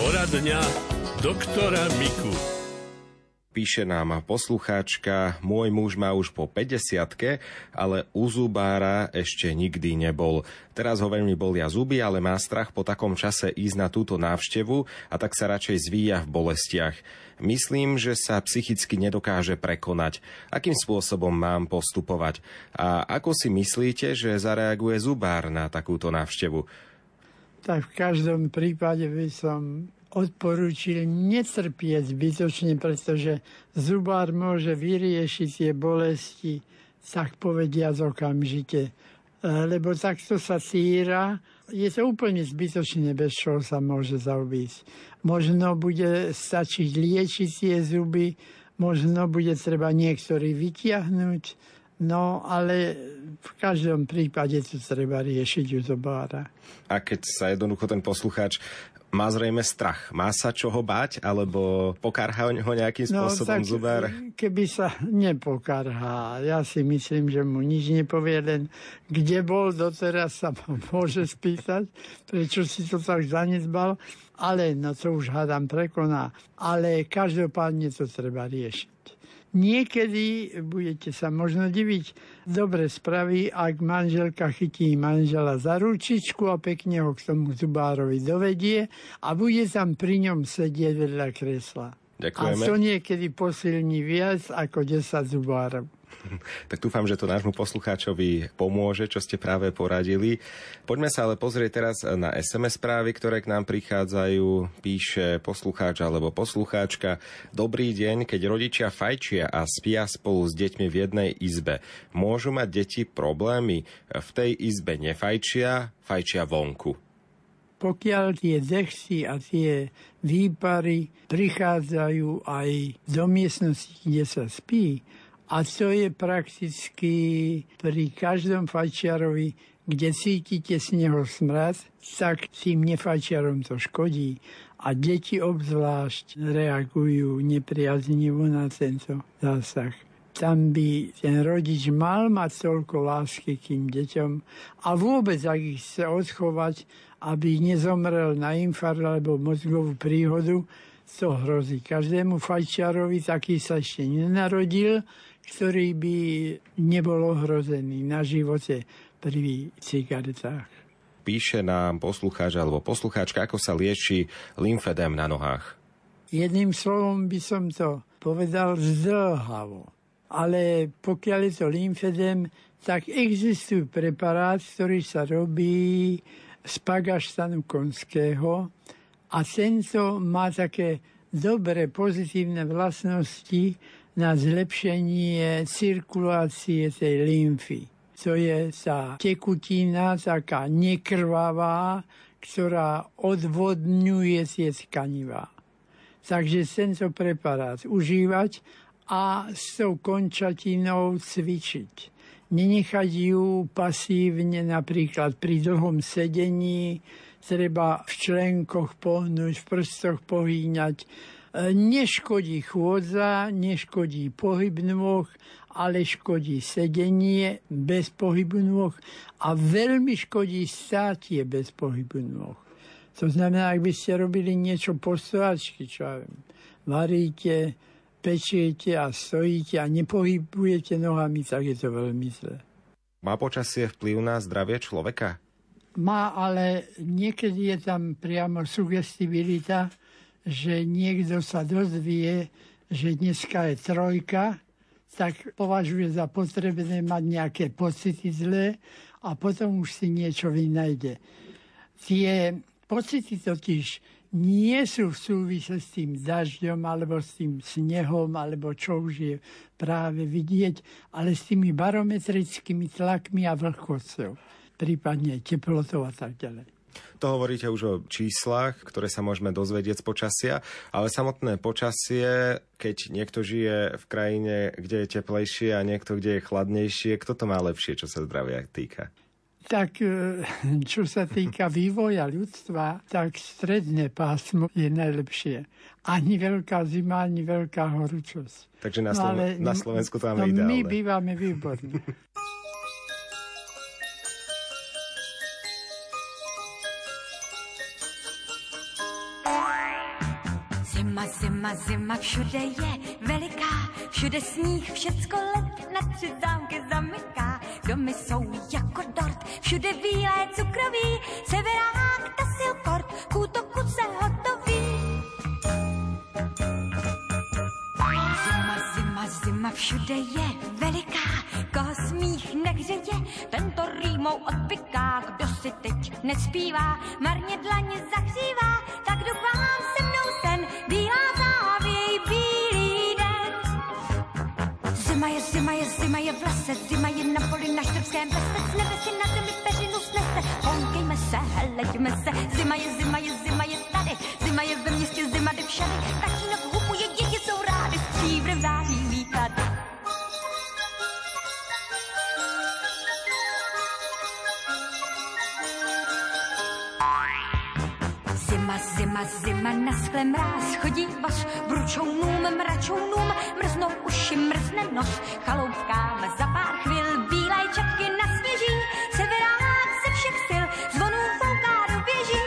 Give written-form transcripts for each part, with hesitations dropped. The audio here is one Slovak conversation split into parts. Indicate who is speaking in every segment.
Speaker 1: Poradňa doktora Miku.
Speaker 2: Píše nám poslucháčka, môj muž má už po 50-ke, ale u zubára ešte nikdy nebol. Teraz ho veľmi bolia zuby, ale má strach po takom čase ísť na túto návštevu a tak sa radšej zvíja v bolestiach. Myslím, že sa psychicky nedokáže prekonať. Akým spôsobom mám postupovať? A ako si myslíte, že zareaguje zubár na takúto návštevu?
Speaker 3: Tak v každom prípade by som odporúčil netrpieť zbytočne, pretože zubár môže vyriešiť tie bolesti, tak povediac okamžite. Lebo takto sa týra, je to úplne zbytočné, bez čoho sa môže zaobísť. Možno bude stačiť liečiť tie zuby, možno bude treba niektorý vytiahnuť, no ale v každom prípade to treba riešiť u zubára.
Speaker 2: A keď sa jednoducho ten poslucháč má zrejme strach. Má sa čoho báť, alebo pokarhá ho nejakým spôsobom zubár?
Speaker 3: Keby sa nepokarhá, ja si myslím, že mu nič nepovie, len kde bol doteraz sa môže spýtať, prečo si to tak zanedbal, ale no to už hádam prekoná. Ale každopádne to treba riešiť. Niekedy budete sa možno diviť, dobre spraví, ak manželka chytí manžela za ručičku a pekne ho k tomu zubárovi dovedie a bude tam pri ňom sedieť vedľa kresla.
Speaker 2: Ďakujeme.
Speaker 3: A to niekedy posilní viac ako 10 zubárov.
Speaker 2: Tak dúfam, že to nášmu poslucháčovi pomôže, čo ste práve poradili. Poďme sa ale pozrieť teraz na SMS správy, ktoré k nám prichádzajú. Píše poslucháč alebo poslucháčka: Dobrý deň, keď rodičia fajčia a spia spolu s deťmi v jednej izbe, môžu mať deti problémy? V tej izbe nefajčia, fajčia vonku.
Speaker 3: Pokiaľ tie dechsy a tie výpary prichádzajú aj do miestnosti, kde sa spí, a to je prakticky pri každom fajčiarovi, kde cítite z neho smrad, tak tým nefajčiarom to škodí. A deti obzvlášť reagujú nepriaznivo na tento zásah. Tam by ten rodič mal mať toľko lásky k tým deťom a vôbec, ak ich chce odchovať, aby nezomrel na infarkt alebo mozgovú príhodu, to hrozí. Každému fajčiarovi taký sa ešte nenarodil, ktorý by nebol ohrozený na živote pri cigaretách.
Speaker 2: Píše nám poslucháč alebo poslucháčka, ako sa lieči lymfedém na nohách.
Speaker 3: Jedným slovom by som to povedal zdĺhavo. Ale pokiaľ je to lymfedém, tak existuje preparát, ktorý sa robí z pagaštanu konského a tento má také dobré pozitívne vlastnosti na zlepšenie cirkulácie tej lymfy. To je tá tekutina, taká nekrvavá, ktorá odvodňuje tie tkanivá. Takže tento preparát užívať a s tou končatinou cvičiť. Nenechať ju pasívne, napríklad pri dlhom sedení, treba v členkoch pohnúť, v prstoch pohýňať. Neškodí chôdza, neškodí pohyb nôh, ale škodí sedenie bez pohybu nôh a veľmi škodí státie bez pohybu nôh. To znamená, ak by ste robili niečo po stojačky, čo ja viem, varíte, pečiete a stojíte a nepohybujete nohami, tak je to veľmi zlé.
Speaker 2: Má počasie vplyv na zdravie človeka?
Speaker 3: Má, ale niekedy je tam priamo sugestibilita, že niekto sa dozvie, že dneska je trojka, tak považuje za potrebné mať nejaké pocity zlé a potom už si niečo vynajde. Tie pocity totiž nie sú v súvisle s tým dažďom alebo s tým snehom, alebo čo už je práve vidieť, ale s tými barometrickými tlakmi a vlhkosťou, prípadne teplotou a tak ďalej.
Speaker 2: To hovoríte už o číslach, ktoré sa môžeme dozvedieť z počasia, ale samotné počasie, keď niekto žije v krajine, kde je teplejšie a niekto, kde je chladnejšie, kto to má lepšie, čo sa zdravia týka?
Speaker 3: Tak čo sa týka vývoja ľudstva, tak stredné pásmo je najlepšie. Ani veľká zima, ani veľká horúčosť.
Speaker 2: Takže na Slovensku to máme ideálne.
Speaker 3: My bývame výborne.
Speaker 4: Zima, zima, zima, všude je veliká, všude sníh, všecko led, na 3 zámky zamyká. Domy jsou jako dort, všude bílé cukroví, severák, tasil kort, k útoku se hotoví. Zima, zima, zima, všude je veliká, koho smích nehřeje, tento rýmou odpiká. Kdo si teď nespívá, marně dlaně zahřívá, tak doufám se mnou sen, bílá závěj, bílý den. Zima je, zima je, zima je v lese, zima je na poli, na štrbském plese, z nebe si na zemi peřinu snese, honkejme se, heleďme se. Zima je, zima je, zima je tady, zima je ve městě, zima jde všady, tatínek hupuje, děti jsou rády, stříbry v září lítat. Zima, zima, zima, na skle mráz, chodí voz, bručounům, mračounům, mrznou uši, mrzne nos, chaloupkám za pár chvil, bílé čapky na sněží, severák ze všech sil, zvonů fouká do věží.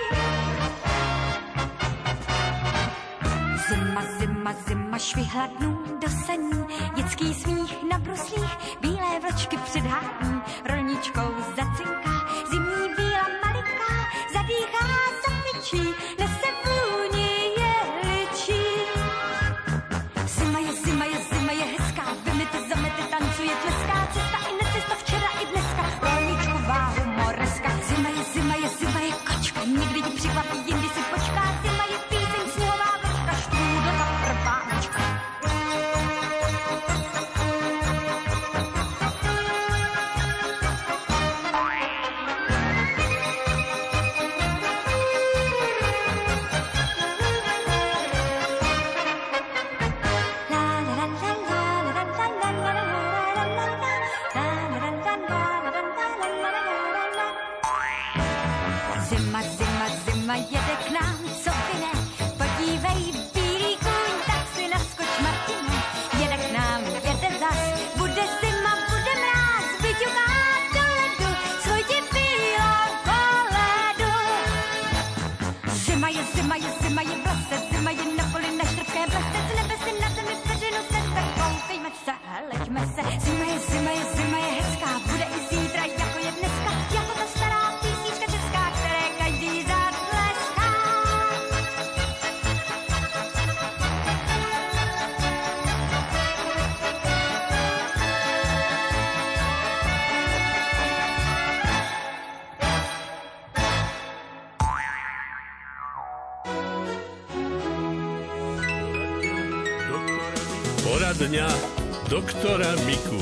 Speaker 4: Zima, zima, zima, švihla dnů do saní, dětský smích na bruslích, bílé vlčky před hání, rolničkou zacinká, zimní víla maliká, zadýchá, zafičí, nese vůni jehličí. Zima je, zima je, zima je hezká, vymyte, zamete, tancuje, tleská, cesta i necesta, včera i dneska, rolničková humoreska. Zima je, zima je, zima je kočka, někdy ti překvapí, jindy si počká, zima je píseň, sněhová vlčka, štrůdlova prvánečka. Zima, zima, zima jede k nám, co by ne, podívej, bílý kůň, tak si naskoč, Martine, jede k nám, jede zas, bude zima, bude mráz, vyťuká do ledu, svoj bílou koledu. Zima je, zima je, zima je v lese, zima je na poli, na štrbském plese, z nebe si na zemi peřinu snese, koukejme se, heleďme se. Zima je, zima je, zima je hezká, bude i zítra, jako je dneska, jako ta stará písnička česká, které každý zatleská.
Speaker 1: Poradňa doktora Miku.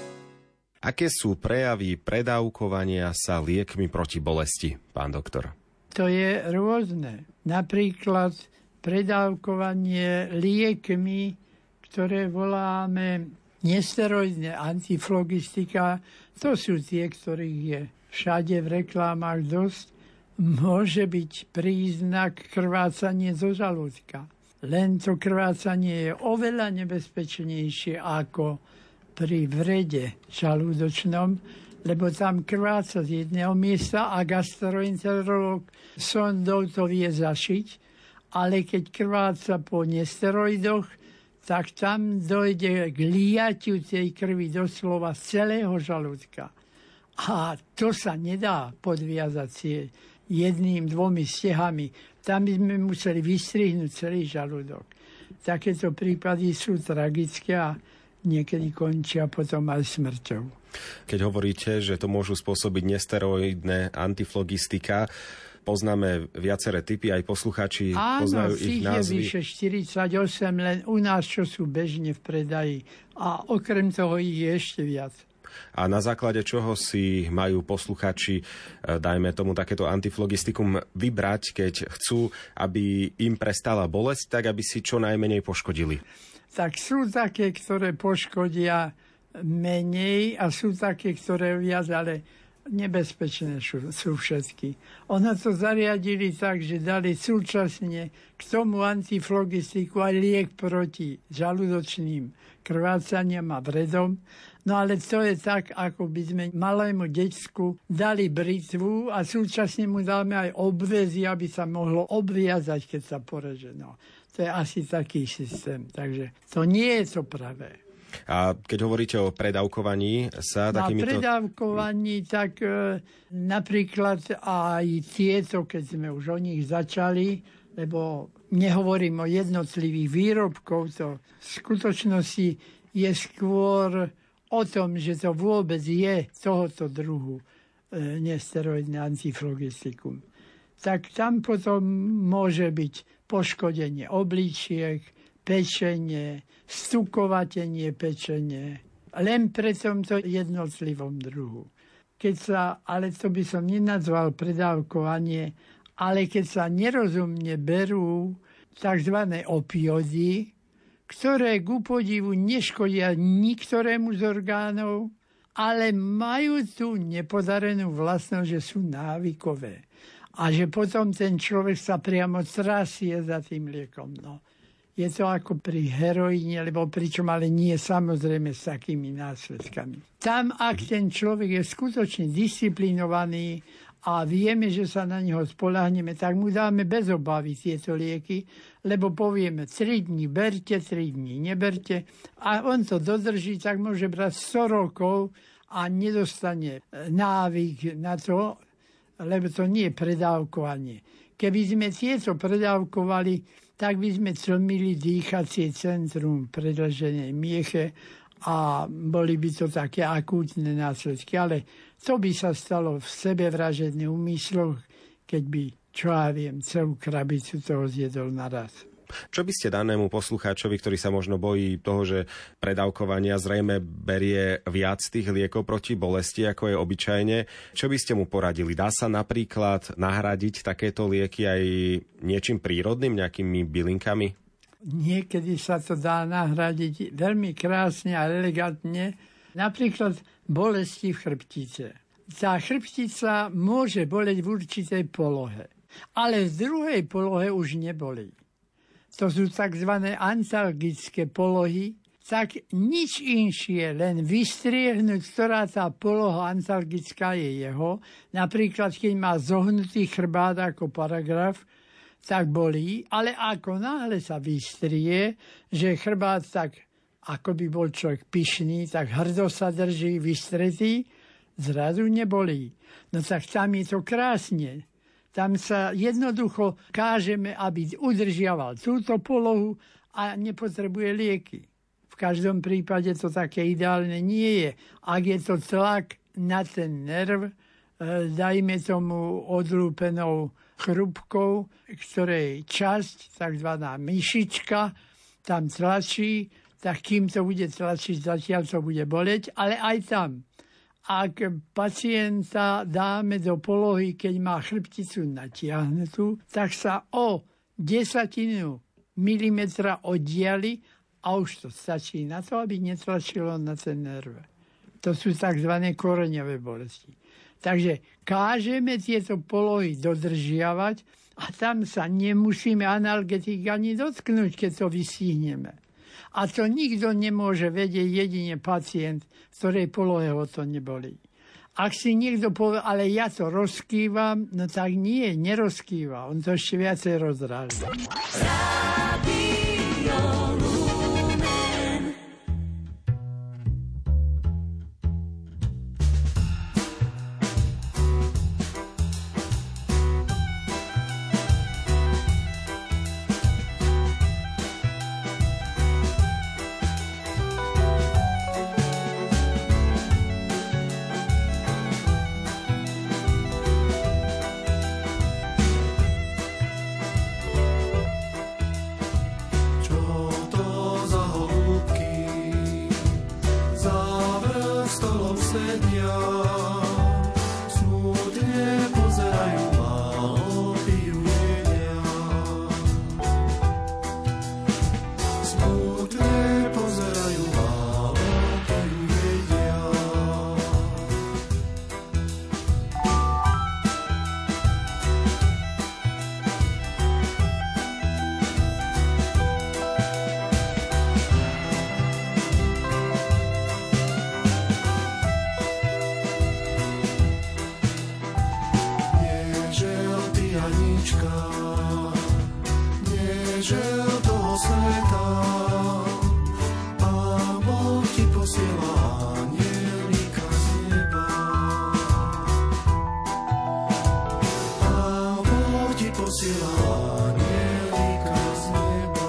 Speaker 2: Aké sú prejavy predávkovania sa liekmi proti bolesti, pán doktor?
Speaker 3: To je rôzne. Napríklad predávkovanie liekmi, ktoré voláme nesteroidné antiflogistika, to sú tie, ktorých je všade v reklámach dosť, môže byť príznak krvácania zo žalúdka. Len to krvácanie je oveľa nebezpečnejšie ako pri vrede žalúdočnom, lebo tam krváca z jedného miesta a gastroenterológ sondou to vie zašiť, ale keď krváca po nesteroidoch, tak tam dojde k liatiu tej krvi doslova z celého žalúdka. A to sa nedá podviazať jedným, 2 stehami. Tam by sme museli vystrihnúť celý žalúdok. Takéto prípady sú tragické a niekedy končia potom aj smrťou.
Speaker 2: Keď hovoríte, že to môžu spôsobiť nesteroidné antiflogistika, poznáme viaceré typy, aj poslucháči poznajú ich názvy. Áno, je vyše 48, len u nás, čo sú bežne v predaji. A okrem toho ich je ešte viac. A na základe čoho si majú poslucháči, dajme tomu takéto antiflogistikum, vybrať, keď chcú, aby im prestala bolesť, tak aby si čo najmenej poškodili?
Speaker 3: Tak sú také, ktoré poškodia menej a sú také, ktoré viac, ale nebezpečné sú všetky. Ono to zariadili tak, že dali súčasne k tomu antiflogistiku aj liek proti žalúdočným krvácaniam a vredom No ale to je tak, ako by sme malému decku dali britvu a súčasne mu dáme aj obväzy, aby sa mohlo obviazať, keď sa poreže. No, to je asi taký systém. Takže to nie je to pravé.
Speaker 2: A keď hovoríte o predávkovaní sa takýmito... Na
Speaker 3: predávkovaní, tak napríklad aj tieto, keď sme už o nich začali, lebo nehovorím o jednotlivých výrobkov, to v skutočnosti je skôr o tom, že to vôbec je tohoto druhu nesteroidné antiflogistikum. Tak tam potom môže byť poškodenie obličiek, pečenie, stukovatenie pečenie, len pre tomto jednotlivom druhu. Ale to by som nenazval predávkovanie, ale keď sa nerozumne berú tzv. Opioidy, ktoré ku podivu neškodia niktorému z orgánov, ale majú tú nepodarenú vlastnosť, že sú návykové. A že potom ten človek sa priamo trasie za tým liekom. No. Je to ako pri heroíne, lebo pričom ale nie samozrejme s takými následkami. Tam, ak ten človek je skutočne disciplinovaný a vieme, že sa na neho spoľahneme, tak mu dáme bez obavy tieto lieky, lebo povieme 3 dní berte, 3 dní neberte a on to dodrží, tak môže brať 100 rokov a nedostane návyk na to, lebo to nie je predávkovanie. Keby sme tieto predávkovali, tak by sme tlmili dýchacie centrum predĺženej mieche a boli by to také akútne následky. Ale to by sa stalo v sebevražedných úmysloch, keď by, čo ja viem, celú krabicu toho zjedol naraz.
Speaker 2: Čo by ste danému poslucháčovi, ktorý sa možno bojí toho, že predávkovania zrejme berie viac tých liekov proti bolesti, ako je obyčajne, čo by ste mu poradili? Dá sa napríklad nahradiť takéto lieky aj niečím prírodným, nejakými bylinkami?
Speaker 3: Niekedy sa to dá nahradiť veľmi krásne a elegantne, napríklad bolesti v chrbtice. Tá chrbtica môže boleť v určitej polohe, ale v druhej polohe už nebolí. To sú tzv. Antalgické polohy, tak nič inšie, len vystriehnúť, ktorá tá poloha antalgická je jeho. Napríklad, keď má zohnutý chrbát ako paragraf, tak bolí, ale ako náhle sa vystrie, že chrbát tak, ako by bol človek pyšný, tak hrdo sa drží vystretý, zrazu nebolí. No tak tam je to krásne. Tam sa jednoducho kážeme, aby udržiaval túto polohu a nepotrebuje lieky. V každom prípade to také ideálne nie je. Ak je to tlak na ten nerv, dajme tomu odlúpenou chrúbkou, ktorej časť, takzvaná myšička, tam tlačí, tak kým to bude tlačiť, zatiaľ to bude boleť, ale aj tam. Ak pacienta dáme do polohy, keď má chrbticu natiahnutú, tak sa o 10 milimetra oddiali a už to stačí na to, aby netlačilo na ten nerv. To sú tzv. Koreňové bolesti. Takže kážeme tieto polohy dodržiavať a tam sa nemusíme analgetik ani dotknúť, keď to vystihneme. A to nikto nemôže vedieť, jedine pacient, v ktorej polohe ho to nebolí. Ak si niekto povie, ale ja to rozkývam, no tak nie, nerozkýva. On to ešte viacej rozráža.
Speaker 5: posiela anielika z neba.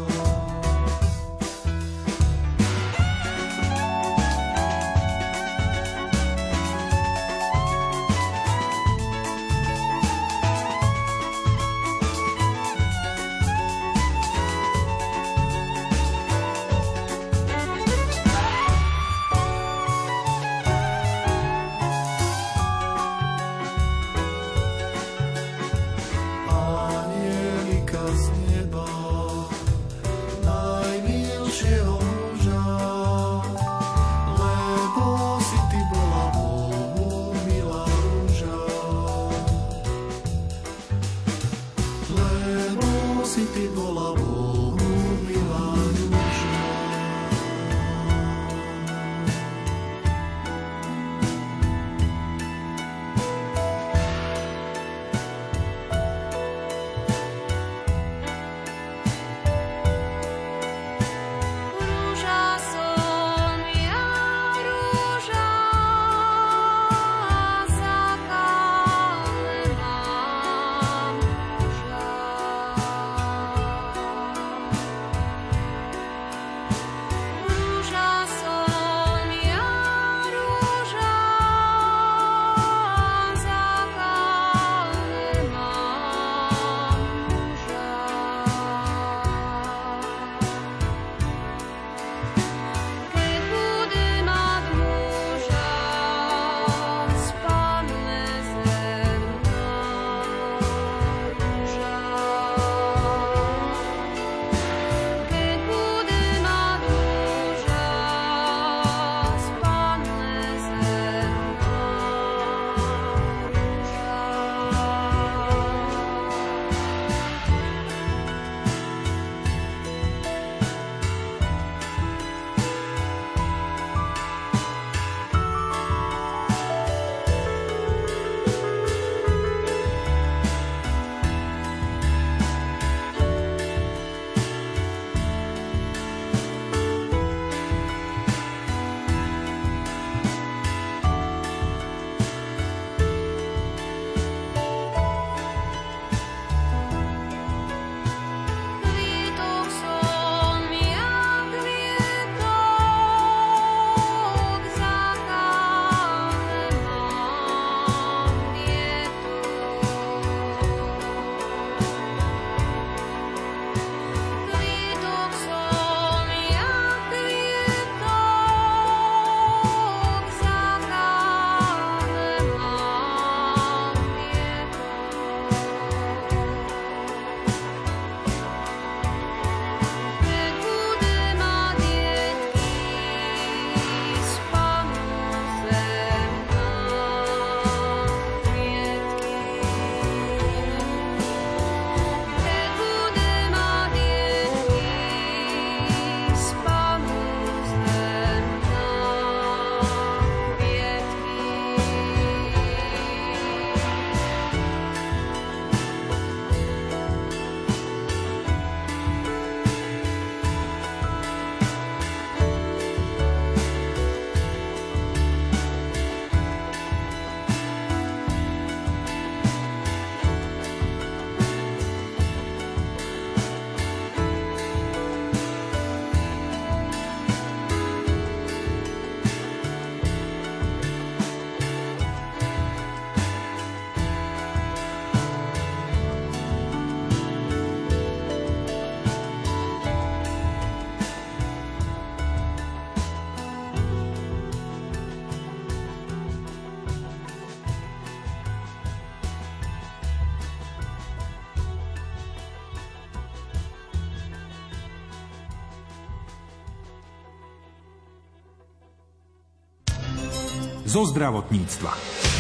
Speaker 6: zo zdravotníctva.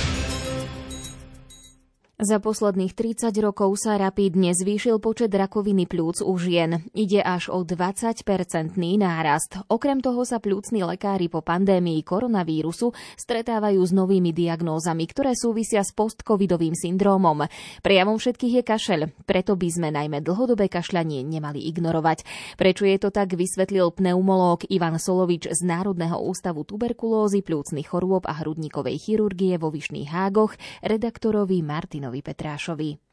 Speaker 7: Za posledných 30 rokov sa rapídne zvýšil počet rakoviny pľúc u žien. Ide až o 20-percentný nárast. Okrem toho sa pľúcni lekári po pandémii koronavírusu stretávajú s novými diagnózami, ktoré súvisia s postcovidovým syndrómom. Prejavom všetkých je kašeľ, preto by sme najmä dlhodobé kašľanie nemali ignorovať. Prečo je to tak, vysvetlil pneumológ Ivan Solovič z Národného ústavu tuberkulózy, pľúcnych chorôb a hrudníkovej chirurgie vo Vyšných Hágoch redaktorovi Martinovi Petrášovi.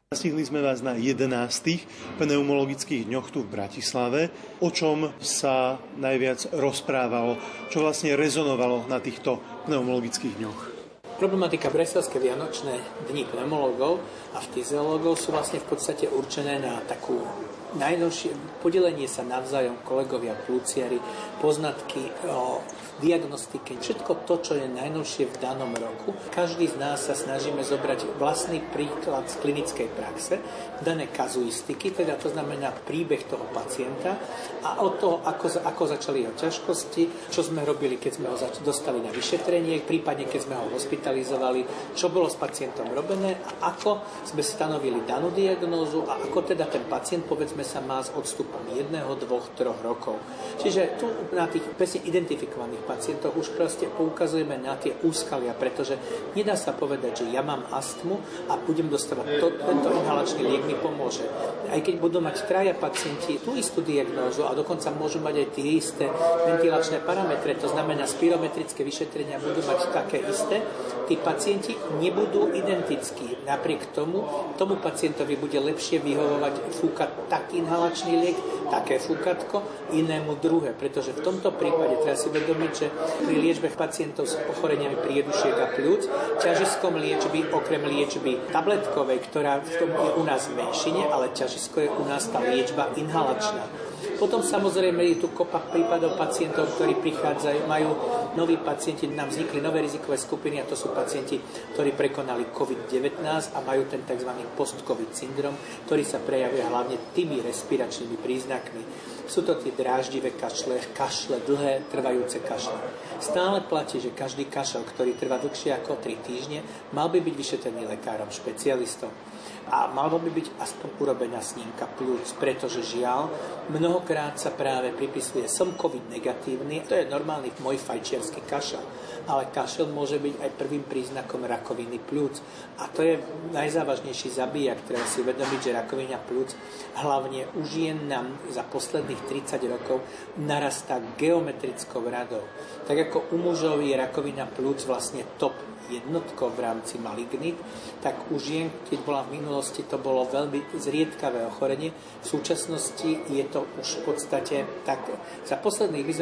Speaker 8: Stihli sme vás na 11. pneumologických dňoch tu v Bratislave. O čom sa najviac rozprávalo? Čo vlastne rezonovalo na týchto pneumologických dňoch?
Speaker 9: Problematika Bratislavské vianočné dni pneumologov a fyziológov sú vlastne v podstate určené na takú najnovšie podelenie sa navzájom kolegovia plúciari, poznatky o diagnostike, všetko to, čo je najnovšie v danom roku. Každý z nás sa snažíme zobrať vlastný príklad z klinickej praxe, dané kazuistiky, teda to znamená príbeh toho pacienta a od toho, ako začali jeho ťažkosti, čo sme robili, keď sme ho dostali na vyšetrenie, prípadne keď sme ho hospitalizovali, čo bolo s pacientom robené a ako sme stanovili danú diagnózu a ako teda ten pacient, povedzme, sa má s odstupom 1, 2, 3 rokov. Čiže tu na tých presne identifikovaných pacientov už proste poukazujeme na tie úskalia, pretože nedá sa povedať, že ja mám astmu a budem dostávať tento inhalačný liek mi pomôže. Aj keď budú mať 3 pacienti tú istú diagnózu a dokonca môžu mať aj tie isté ventilačné parametre, to znamená spirometrické vyšetrenia budú mať také isté, tí pacienti nebudú identickí. Napriek tomu pacientovi bude lepšie vyhovovať fúkať taký inhalačný liek, také fúkatko, inému druhé, pretože v tomto prípade treba si vedomiť, že pri liečbe pacientov s ochoreniami priedušiek a pľúc, ťažiskom liečby, okrem liečby tabletkovej, ktorá v tom je u nás v menšine, ale ťažisko je u nás tá liečba inhalačná. Potom samozrejme je tu kopa prípadov pacientov, ktorí prichádzajú, majú noví pacienti, nám vznikli nové rizikové skupiny a to sú pacienti, ktorí prekonali COVID-19 a majú ten tzv. Post-COVID syndrom, ktorý sa prejavuje hlavne tými respiračnými príznakmi. Sú to tie dráždivé kašle, dlhé, trvajúce kašle. Stále platí, že každý kašel, ktorý trvá dlhšie ako 3 týždne, mal by byť vyšetrený lekárom, špecialistom. A malo by byť aspoň urobená snímka pľúc, pretože žiaľ, mnohokrát sa práve pripisuje, som COVID negatívny, to je normálny môj fajčiarsky kašel, ale kašel môže byť aj prvým príznakom rakoviny pľúc. A to je najzávažnejší zabíjak, treba si uvedomiť, že rakovina pľúc hlavne u žien nám za posledných 30 rokov narastá geometrickou radou. Tak ako u mužov je rakovina pľúc vlastne top jednotkou v rámci malignit, tak u žien, keď bola v minulosti, to bolo veľmi zriedkavé ochorenie. V súčasnosti je to už v podstate tak. Za posledných by sme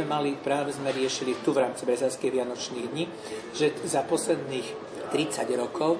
Speaker 9: riešili tu v rámci Bratislavských vianočných dní, že za posledných 30 rokov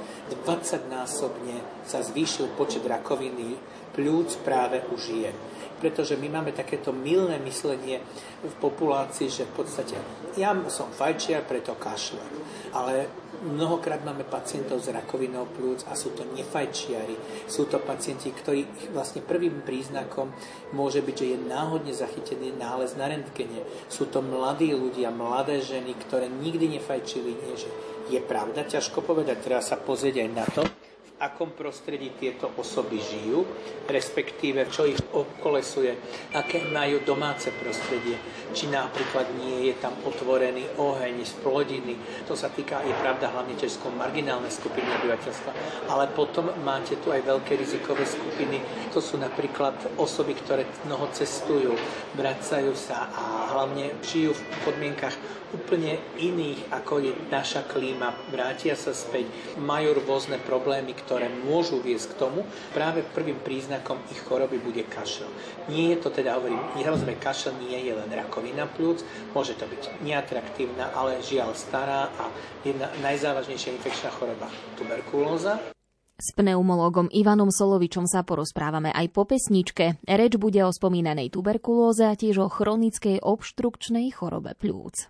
Speaker 9: 20-násobne sa zvýšil počet rakoviny pľúc práve u žien. Pretože my máme takéto mylné myslenie v populácii, že v podstate ja som fajčiar, preto kašľam. Ale mnohokrát máme pacientov s rakovinou pľúc a sú to nefajčiari. Sú to pacienti, ktorí vlastne prvým príznakom môže byť, že je náhodne zachytený nález na rentgene. Sú to mladí ľudia, mladé ženy, ktoré nikdy nefajčili. Nie, že je pravda, ťažko povedať, treba sa pozrieť aj na to, v akom prostredí tieto osoby žijú, respektíve čo ich obkolesuje, aké majú domáce prostredie, či napríklad nie je tam otvorený oheň z plodiny. To sa týka, je pravda, hlavne česko marginálne skupiny obyvateľstva. Ale potom máte tu aj veľké rizikové skupiny. To sú napríklad osoby, ktoré mnoho cestujú, vracajú sa a hlavne žijú v podmienkach úplne iných, ako je naša klíma, vrátia sa späť, majú rôzne problémy, ktoré môžu viesť k tomu, práve prvým príznakom ich choroby bude kašel. Nie je to teda, hovorím, kašel nie je len rakovina pľúc, môže to byť neatraktívna, ale žiaľ stará a jedna najzávažnejšia infekčná choroba, tuberkulóza.
Speaker 7: S pneumológom Ivanom Solovičom sa porozprávame aj po pesničke. Reč bude o spomínanej tuberkulóze a tiež o chronickej obštrukčnej chorobe pľúc.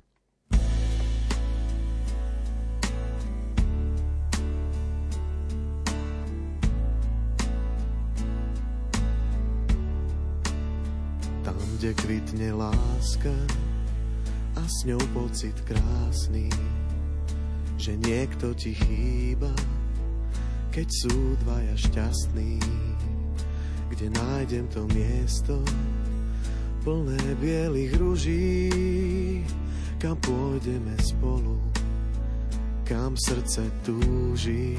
Speaker 5: Kde kvitne láska a s ňou pocit krásny, že niekto ti chýba, keď sú dvaja šťastní. Kde nájdem to miesto plné bielých ruží, kam pôjdeme spolu, kam srdce túži.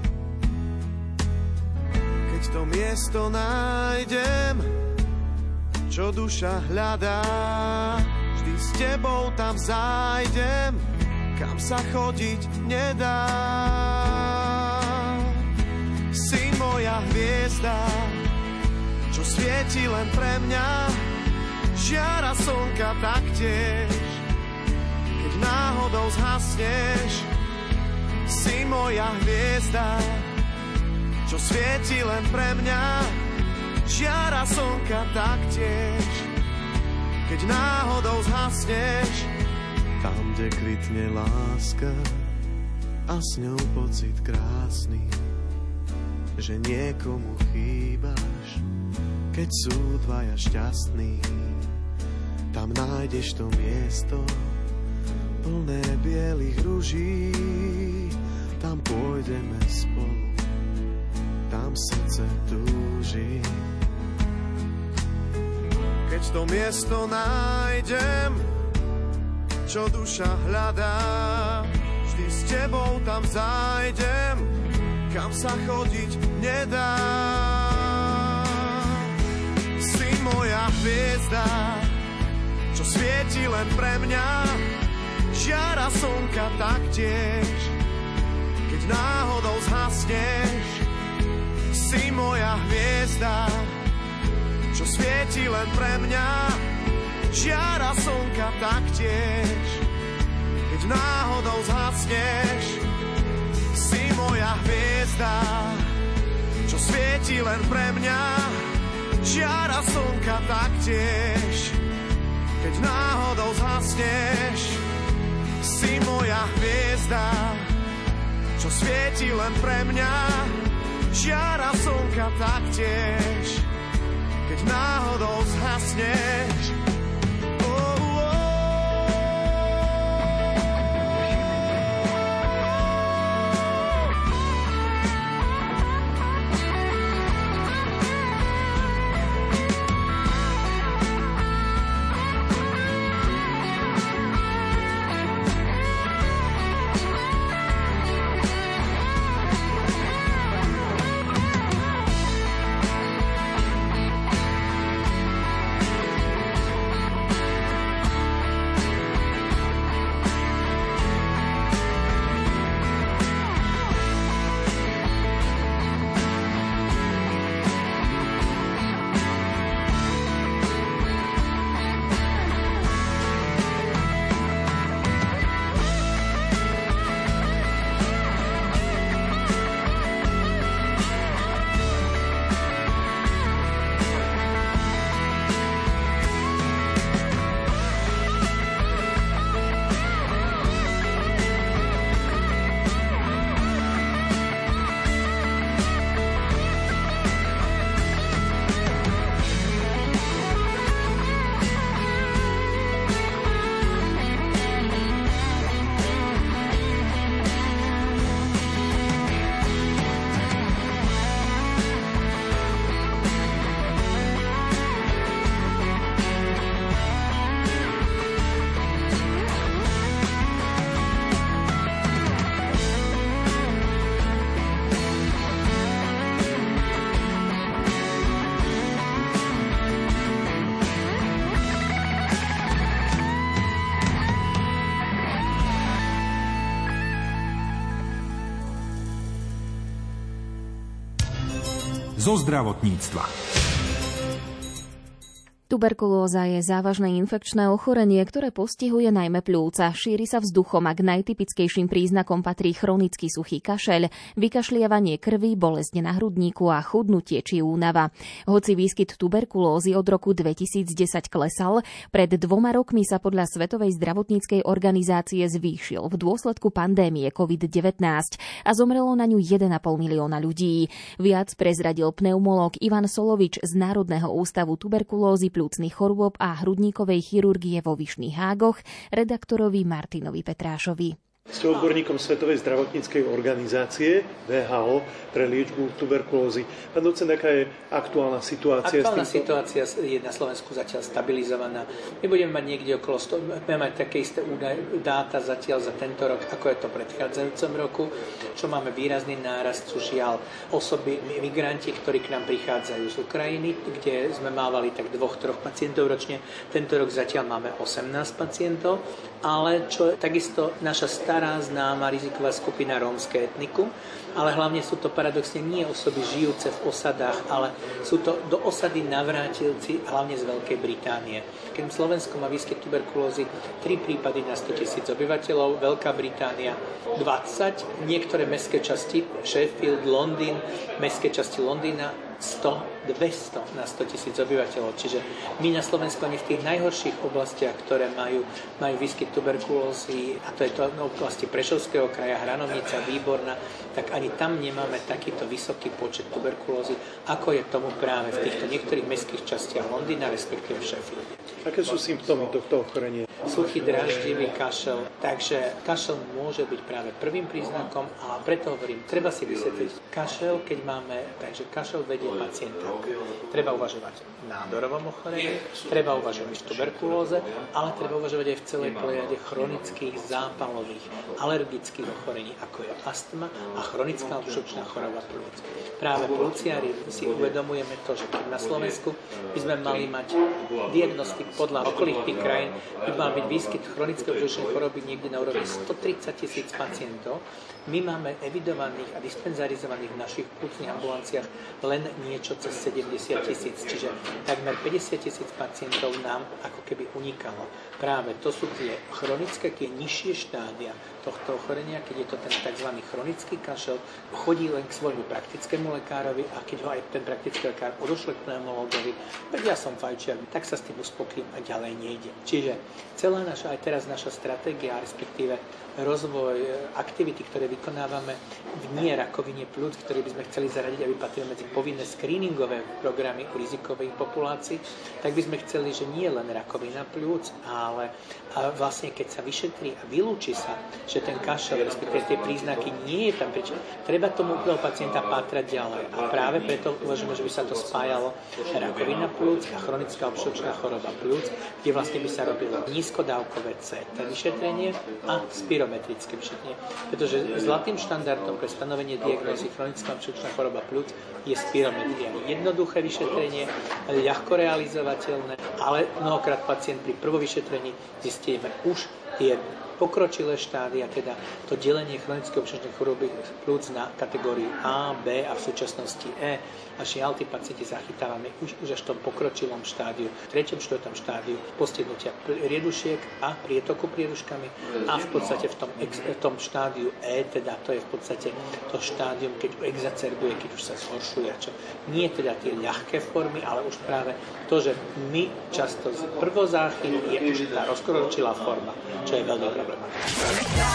Speaker 5: Keď to miesto nájdem, čo duša hľadá, vždy s tebou tam zájdem, kam sa chodiť nedá. Si moja moja hviezda, čo svieti len pre mňa, žiara slnka taktiež. Keď náhodou zhasneš, si moja hviezda, čo svieti len pre mňa, žiara slnka taktiež. Keď náhodou zhasneš, tam, kde kvitne láska a s ňou pocit krásny, že niekomu chýbaš, keď sú dvaja šťastní. Tam nájdeš to miesto plné bielých ruží, tam pôjdeme spolu, tam srdce túži. Keď to miesto nájdem, čo duša hľadá, vždy s tebou tam zájdem, kam sa chodiť nedá. Si moja hviezda, čo svieti len pre mňa, žiara slnka taktiež. Keď náhodou zhasneš, si moja hviezda, čo svieti len pre mňa, žiara slnka taktiež. Keď náhodou zhasneš, si moja hviezda, čo svieti len pre mňa, žiara slnka taktiež. Keď náhodou zhasneš, si moja hviezda, čo svieti len pre mňa, žiara slnka taktiež. Keď náhodou zhasneš,
Speaker 6: zo zdravotníctva.
Speaker 7: Tuberkulóza je závažné infekčné ochorenie, ktoré postihuje najmä pľúca. Šíri sa vzduchom a k najtypickejším príznakom patrí chronický suchý kašeľ, vykašliavanie krvi, bolesť na hrudníku a chudnutie či únava. Hoci výskyt tuberkulózy od roku 2010 klesal, pred 2 rokmi sa podľa Svetovej zdravotníckej organizácie zvýšil v dôsledku pandémie COVID-19 a zomrelo na ňu 1,5 milióna ľudí. Viac prezradil pneumológ Ivan Solovič z Národného ústavu tuberkulózy, pľúcnych chorôb a hrudníkovej chirurgie vo Vyšných Hágoch, redaktorovi Martinovi Petrášovi.
Speaker 8: Ste odborníkom Svetovej zdravotníckej organizácie VHO pre liečbu tuberkulózy. Pán docent, aká je aktuálna situácia?
Speaker 9: Aktuálna situácia je na Slovensku zatiaľ stabilizovaná. My budeme mať niekde okolo 100, budeme mať také isté dáta zatiaľ za tento rok, ako je to v predchádzajúcom roku. Čo máme výrazný nárast, sú žiaľ osoby, migranti, ktorí k nám prichádzajú z Ukrajiny, kde sme mávali tak 2-3 pacientov ročne. Tento rok zatiaľ máme 18 pacientov, ale čo takisto naša stará, známa riziková skupina rómske etnikum, ale hlavne sú to paradoxne nie osoby žijúce v osadách, ale sú to do osady navrátilci, hlavne z Veľkej Británie. Keď Slovensko má výskyt tuberkulózy 3 prípady na 100 000 obyvateľov, Veľká Británia 20, niektoré mestské časti, Sheffield, Londýn, mestské časti Londýna 100, 200 na 100 000 obyvateľov. Čiže my na Slovensku ani v tých najhorších oblastiach, ktoré majú výskyt tuberkulózy, a to je to v oblasti Prešovského kraja, Hranovnica, Výborná, tak ani tam nemáme takýto vysoký počet tuberkulózy, ako je tomu práve v týchto niektorých mestských častiach Londýna, respektíve v Sheffielde.
Speaker 8: Aké sú symptómy tohto ochorenia?
Speaker 9: Suchý, dráždivý kašel. Takže kašel môže byť práve prvým príznakom a preto hovorím, treba si vysvetliť kašel, keď máme, takže kašel vedie pacienta. Treba uvažovať nádorovom ochorení, treba uvažovať v tuberkulóze, ale treba uvažovať aj v celej plejade chronických zápalových, alergických ochorení, ako je astma a chronická obštrukčná choroba pľúc. Práve plúciari si uvedomujeme to, že na Slovensku by sme mali mať diagnostik podľa okolitých krajín, by mal byť výskyt chronickej obštrukčnej choroby niekde na úrovni 130 000 pacientov. My máme evidovaných a dispenzarizovaných v našich plúcnych ambulanciách len niečo cez 70 000, čiže takmer 50 000 pacientov nám ako keby unikalo. Práve to sú tie chronické, tie nižšie štádia tohto ochorenia, keď je to ten tzv. Chronický kašel, chodí len k svojmu praktickému lekárovi a keď ho aj ten praktický lekár odošle k pneumologovi, veď ja som fajčiar, tak sa s tým uspokojím a ďalej nejde. Čiže celá naša, aj teraz naša stratégia, respektíve rozvoj aktivity, ktoré vykonávame v nie rakovine pľúc, ktoré by sme chceli zaradiť, aby patrili medzi povinné screeningové programy u rizikových populácií, tak by sme chceli, že nie len rakovina pľúc, ale vlastne keď sa vyšetrí a vylúči sa, že ten kašel, respektíve tie príznaky nie je tam, prečo treba tomu pacienta pátrať ďalej. A práve preto uvažujeme, že by sa to spájalo rakovina pľúc a chronická obštrukčná choroba pľúc, kde vlastne by sa robilo nízkodávkové CT vyšetrenie a spirometrické vyšetrenie. Pretože zlatým štandardom pre stanovenie diagnózy chronická obštrukčná choroba pľúc je spirometria. Jednoduché vyšetrenie, ľahko realizovateľné, ale mnohokrát pacient pri prvom vyšetrení zistíme už tie pokročilé štádia, teda to delenie chronickej obštrukčnej choroby pľúc na kategóriu A, B a v súčasnosti E. A žiaľ, tí pacienti zachytávame už až v tom pokročilom štádiu, v 3., 4. štádiu postihnutia priedušiek a prietoku prieduškami a v podstate v tom štádiu E, teda to je v podstate to štádium, keď exacerbuje, keď už sa zhoršuje. Čo nie teda tie ľahké formy, ale už práve to, že my často z prvozáchyt je už tá rozkročilá forma, čo je veľmi problematické.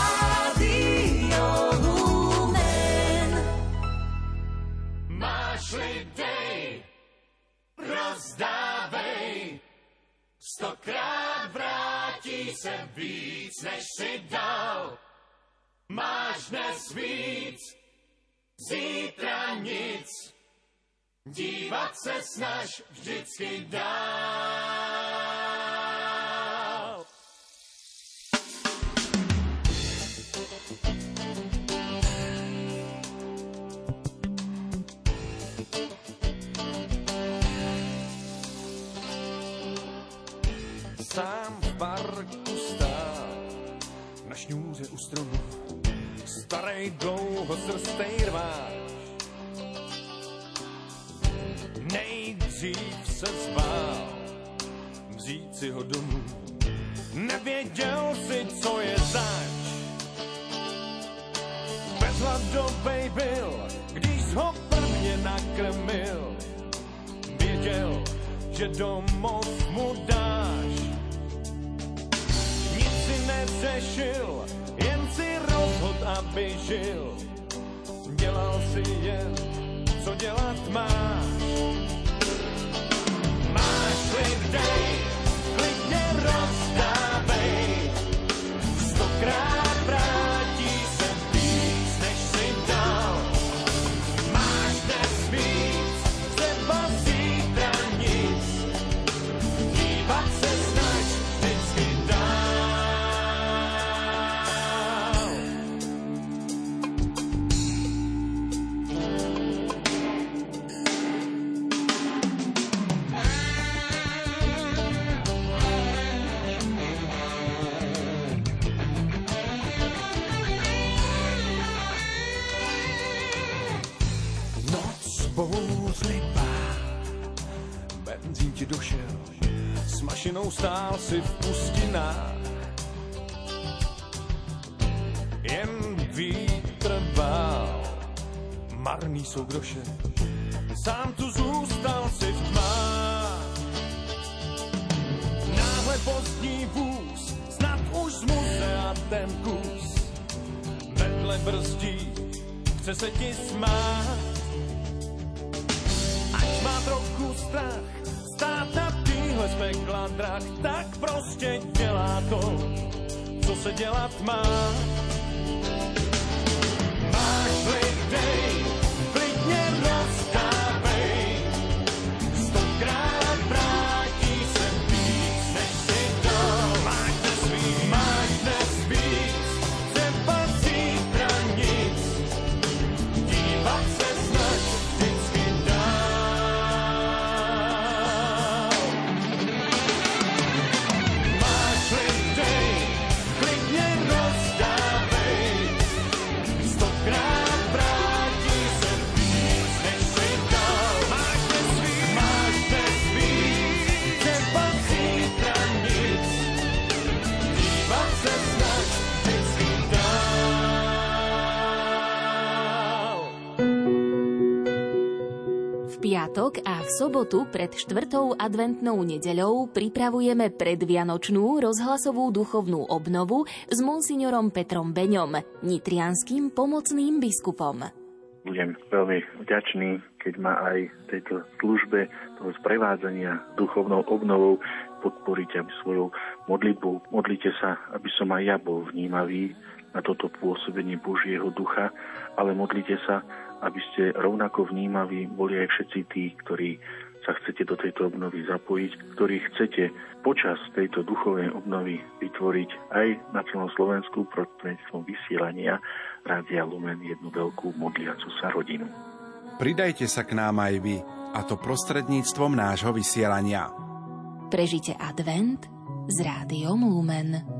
Speaker 5: Máš-li dej, rozdávej, 100krát vrátí se víc, než si dal. Máš dnes víc, zítra nic, dívat se snaž vždycky dál.
Speaker 10: Sám v parku stál na šňůře u stromu, starej dlouhosrstej rváč. Nejdřív se zbál vzít si ho domů, nevěděl si, co je zač. Bezhladovej byl, když ho prvně nakrmil, věděl, že domov mu dáš. Nic si neřešil, jen si rozhod, aby žil. Dělal si jen, co dělat máš. Máš-li dej, klidně rozdávej, 100krát vrátí se víc, než si dal. Máš dnes víc, třeba zítra nic, dívat se snaž vždycky dál. spouzli pád. Benzín ti došel, s mašinou stál si v pustinách. Jen vítr bál, marný jsou groše, sám tu zůstal si v tmách. Náhle pozdní vůz, snad už z muzea ten kus, vedle brzdí, chce se ti smát. Ať má trochu strach, stát na týhle z pekla drah, tak prostě dělá to, co se dělat má. Máš-li dej, klidně rozdávej, 100krát vrátí se víc, než si dal. Máš dnes víc, třeba zítra nic, dívat se snaž vždycky dál. Máš-li dej, klidně rozdávej, 100krát vrátí se víc, než si dal. Máš dnes víc, třeba zítra nic, dívat se snaž vždycky dál.
Speaker 7: V piatok a v sobotu pred 4. adventnou nedeľou pripravujeme predvianočnú rozhlasovú duchovnú obnovu s monsignorom Petrom Beňom, nitrianskym pomocným biskupom.
Speaker 11: Budem veľmi vďačný, keď ma aj v tejto službe toho sprevádzania duchovnou obnovou podporíte svojou modlitbou. Modlite sa, aby som aj ja bol vnímavý na toto pôsobenie Božieho ducha, ale modlite sa, aby ste rovnako vnímaví boli aj všetci tí, ktorí sa chcete do tejto obnovy zapojiť, ktorí chcete počas tejto duchovnej obnovy vytvoriť aj na celom Slovensku prostredníctvom vysielania Rádia Lumen jednu veľkú modliacu sa rodinu.
Speaker 6: Pridajte sa k nám aj vy, a to prostredníctvom nášho vysielania.
Speaker 7: Prežite advent s Rádiom Lumen.